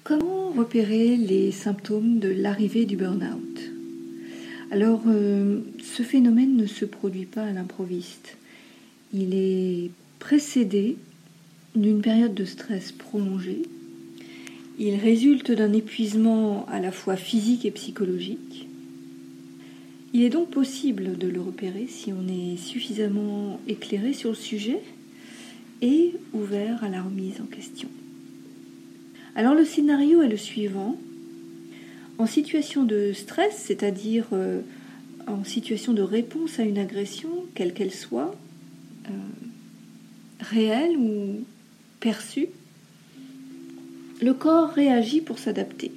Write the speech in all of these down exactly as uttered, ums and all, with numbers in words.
Comment repérer les symptômes de l'arrivée du burn-out ? Alors, euh, ce phénomène ne se produit pas à l'improviste. Il est précédé d'une période de stress prolongée. Il résulte d'un épuisement à la fois physique et psychologique. Il est donc possible de le repérer si on est suffisamment éclairé sur le sujet et ouvert à la remise en question. Alors le scénario est le suivant. En situation de stress, c'est-à-dire euh, en situation de réponse à une agression, quelle qu'elle soit, euh, réelle ou perçue, le corps réagit pour s'adapter.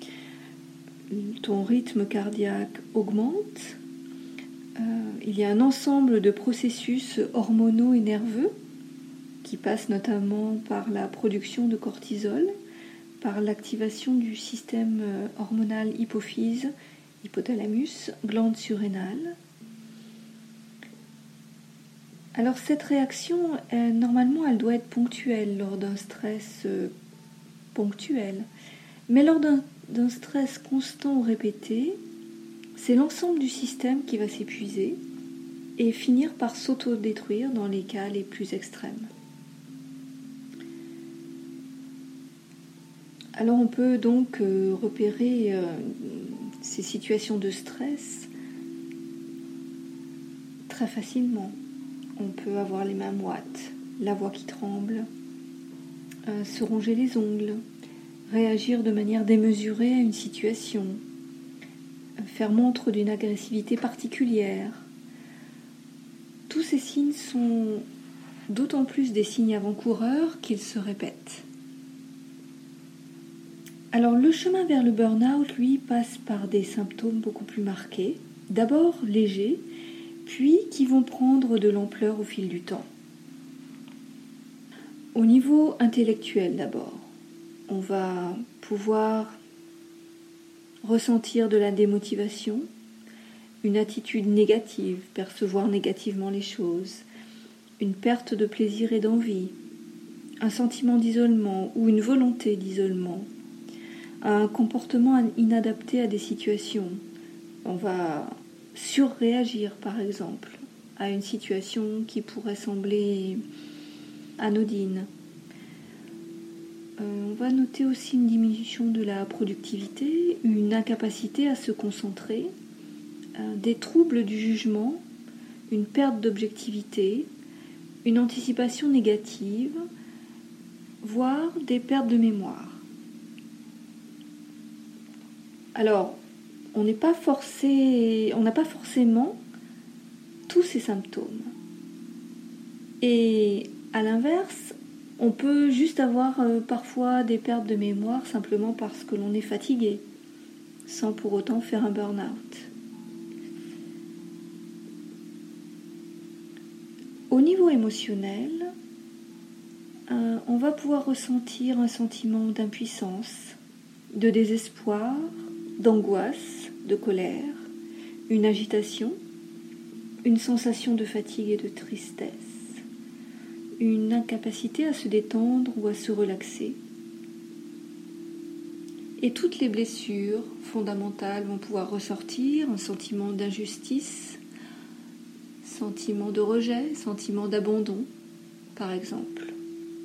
Ton rythme cardiaque augmente. Euh, il y a un ensemble de processus hormonaux et nerveux qui passent notamment par la production de cortisol, par l'activation du système hormonal hypophyse, hypothalamus, glande surrénale. Alors cette réaction, euh, normalement, elle doit être ponctuelle lors d'un stress euh, ponctuel. Mais lors d'un, d'un stress constant ou répété, c'est l'ensemble du système qui va s'épuiser et finir par s'autodétruire dans les cas les plus extrêmes. Alors on peut donc euh, repérer euh, ces situations de stress très facilement. On peut avoir les mains moites, la voix qui tremble, euh, se ronger les ongles, réagir de manière démesurée à une situation, euh, faire montre d'une agressivité particulière. Tous ces signes sont d'autant plus des signes avant-coureurs qu'ils se répètent. Alors le chemin vers le burn-out, lui, passe par des symptômes beaucoup plus marqués, d'abord légers, puis qui vont prendre de l'ampleur au fil du temps. Au niveau intellectuel d'abord, on va pouvoir ressentir de la démotivation, une attitude négative, percevoir négativement les choses, une perte de plaisir et d'envie, un sentiment d'isolement ou une volonté d'isolement, un comportement inadapté à des situations. On va surréagir, par exemple, à une situation qui pourrait sembler anodine. Euh, on va noter aussi une diminution de la productivité, une incapacité à se concentrer, euh, des troubles du jugement, une perte d'objectivité, une anticipation négative, voire des pertes de mémoire. Alors, on n'est pas forcé, on n'a pas forcément tous ces symptômes. Et à l'inverse, on peut juste avoir euh, parfois des pertes de mémoire simplement parce que l'on est fatigué, sans pour autant faire un burn-out. Au niveau émotionnel, euh, on va pouvoir ressentir un sentiment d'impuissance, de désespoir, d'angoisse, de colère, une agitation, une sensation de fatigue et de tristesse, une incapacité à se détendre ou à se relaxer. Et toutes les blessures fondamentales vont pouvoir ressortir, un sentiment d'injustice, sentiment de rejet, sentiment d'abandon, par exemple.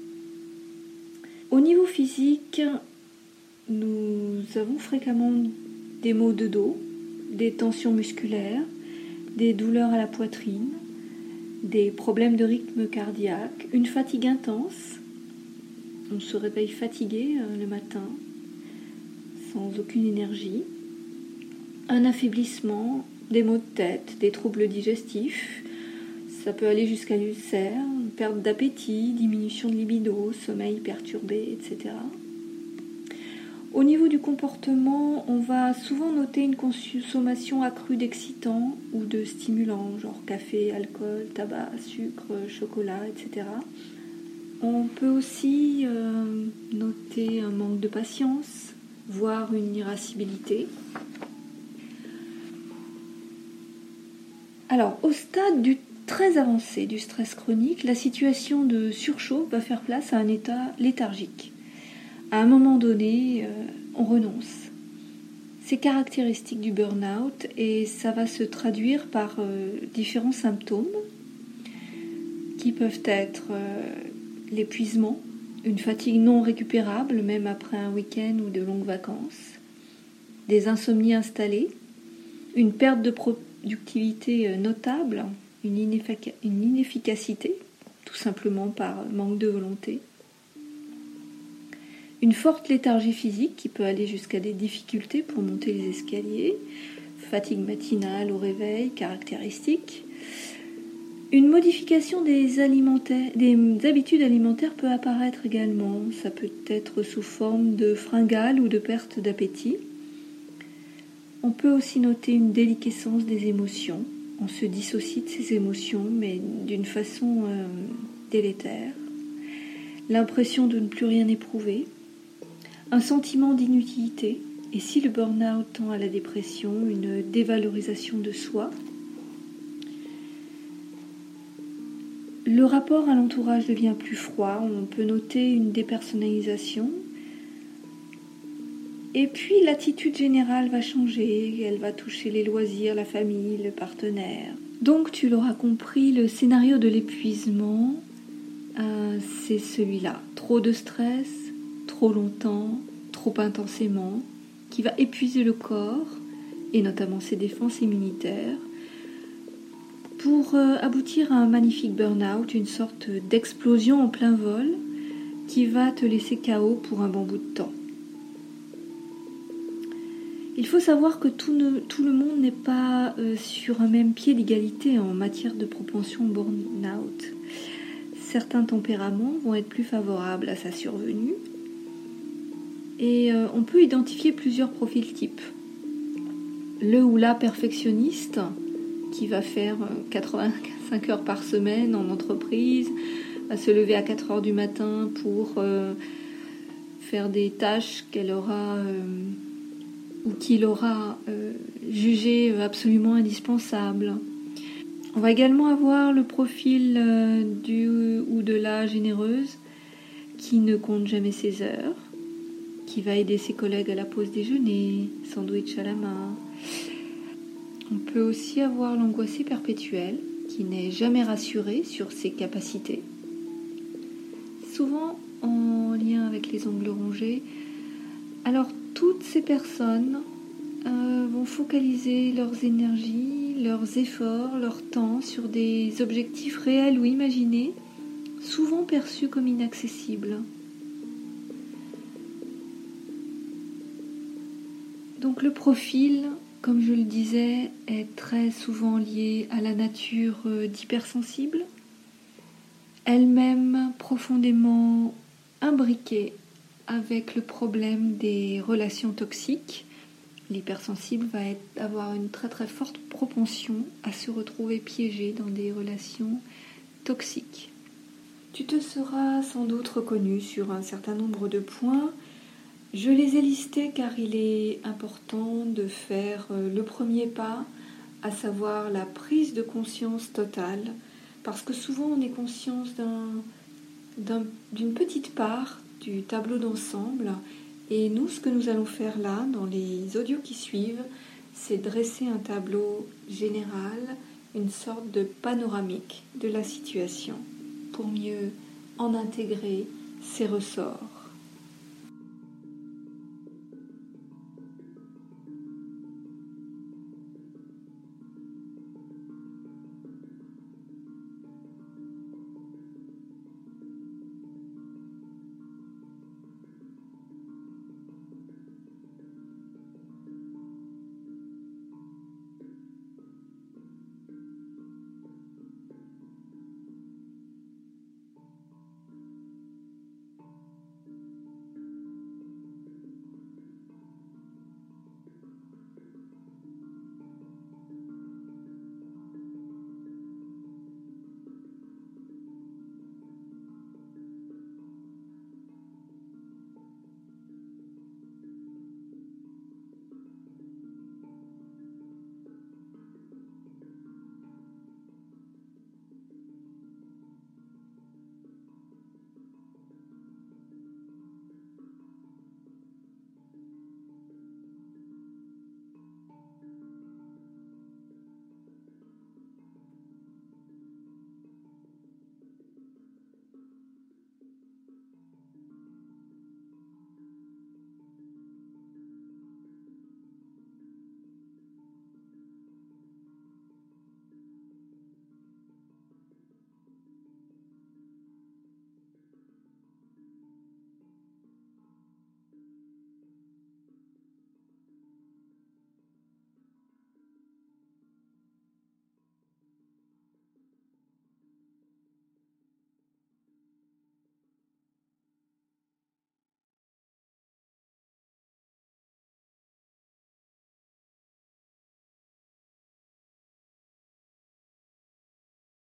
Au niveau physique, nous avons fréquemment des maux de dos, des tensions musculaires, des douleurs à la poitrine, des problèmes de rythme cardiaque, une fatigue intense. On se réveille fatigué le matin, sans aucune énergie, un affaiblissement, des maux de tête, des troubles digestifs. Ça peut aller jusqu'à l'ulcère, une perte d'appétit, diminution de libido, sommeil perturbé, et cetera. Au niveau du comportement, on va souvent noter une consommation accrue d'excitants ou de stimulants, genre café, alcool, tabac, sucre, chocolat, et cetera. On peut aussi euh, noter un manque de patience, voire une irascibilité. Alors, au stade du très avancé du stress chronique, la situation de surchauffe va faire place à un état léthargique, à un moment donné, euh, on renonce. C'est caractéristique du burn-out et ça va se traduire par euh, différents symptômes qui peuvent être euh, l'épuisement, une fatigue non récupérable même après un week-end ou de longues vacances, des insomnies installées, une perte de productivité notable, une, ineffic- une inefficacité, tout simplement par manque de volonté, une forte léthargie physique qui peut aller jusqu'à des difficultés pour monter les escaliers, fatigue matinale au réveil caractéristique. Une modification des, alimentaires, des habitudes alimentaires peut apparaître également. Ça peut être sous forme de fringales ou de perte d'appétit. On peut aussi noter une déliquescence des émotions. On se dissocie de ses émotions, mais d'une façon euh, délétère. L'impression de ne plus rien éprouver. Un sentiment d'inutilité. Et si le burn-out tend à la dépression, une dévalorisation de soi. Le rapport à l'entourage devient plus froid. On peut noter une dépersonnalisation. Et puis l'attitude générale va changer, elle va toucher les loisirs, la famille, le partenaire. Donc tu l'auras compris, le scénario de l'épuisement, euh, c'est celui-là. Trop de stress, trop longtemps, trop intensément, qui va épuiser le corps, et notamment ses défenses immunitaires, pour euh, aboutir à un magnifique burn-out, une sorte d'explosion en plein vol, qui va te laisser K O pour un bon bout de temps. Il faut savoir que tout, ne, tout le monde n'est pas euh, sur un même pied d'égalité en matière de propension au burn-out. Certains tempéraments vont être plus favorables à sa survenue et euh, on peut identifier plusieurs profils types. Le ou la perfectionniste qui va faire quatre-vingt-cinq heures par semaine en entreprise, va se lever à quatre heures du matin pour euh, faire des tâches qu'elle aura... Euh, ou qu'il aura euh, jugé absolument indispensable. On va également avoir le profil euh, du ou de la généreuse qui ne compte jamais ses heures, qui va aider ses collègues à la pause déjeuner, sandwich à la main. On peut aussi avoir l'angoissé perpétuel qui n'est jamais rassuré sur ses capacités. Souvent en lien avec les ongles rongés. Alors, toutes ces personnes euh, vont focaliser leurs énergies, leurs efforts, leur temps sur des objectifs réels ou imaginés, souvent perçus comme inaccessibles. Donc le profil, comme je le disais, est très souvent lié à la nature d'hypersensible, elle-même profondément imbriquée avec le problème des relations toxiques. L'hypersensible va être, avoir une très très forte propension à se retrouver piégé dans des relations toxiques. Tu te seras sans doute reconnu sur un certain nombre de points. Je les ai listés car il est important de faire le premier pas, à savoir la prise de conscience totale, parce que souvent on est conscience d'un, d'un, d'une petite part du tableau d'ensemble, et nous, ce que nous allons faire là, dans les audios qui suivent, c'est dresser un tableau général, une sorte de panoramique de la situation, pour mieux en intégrer ses ressorts.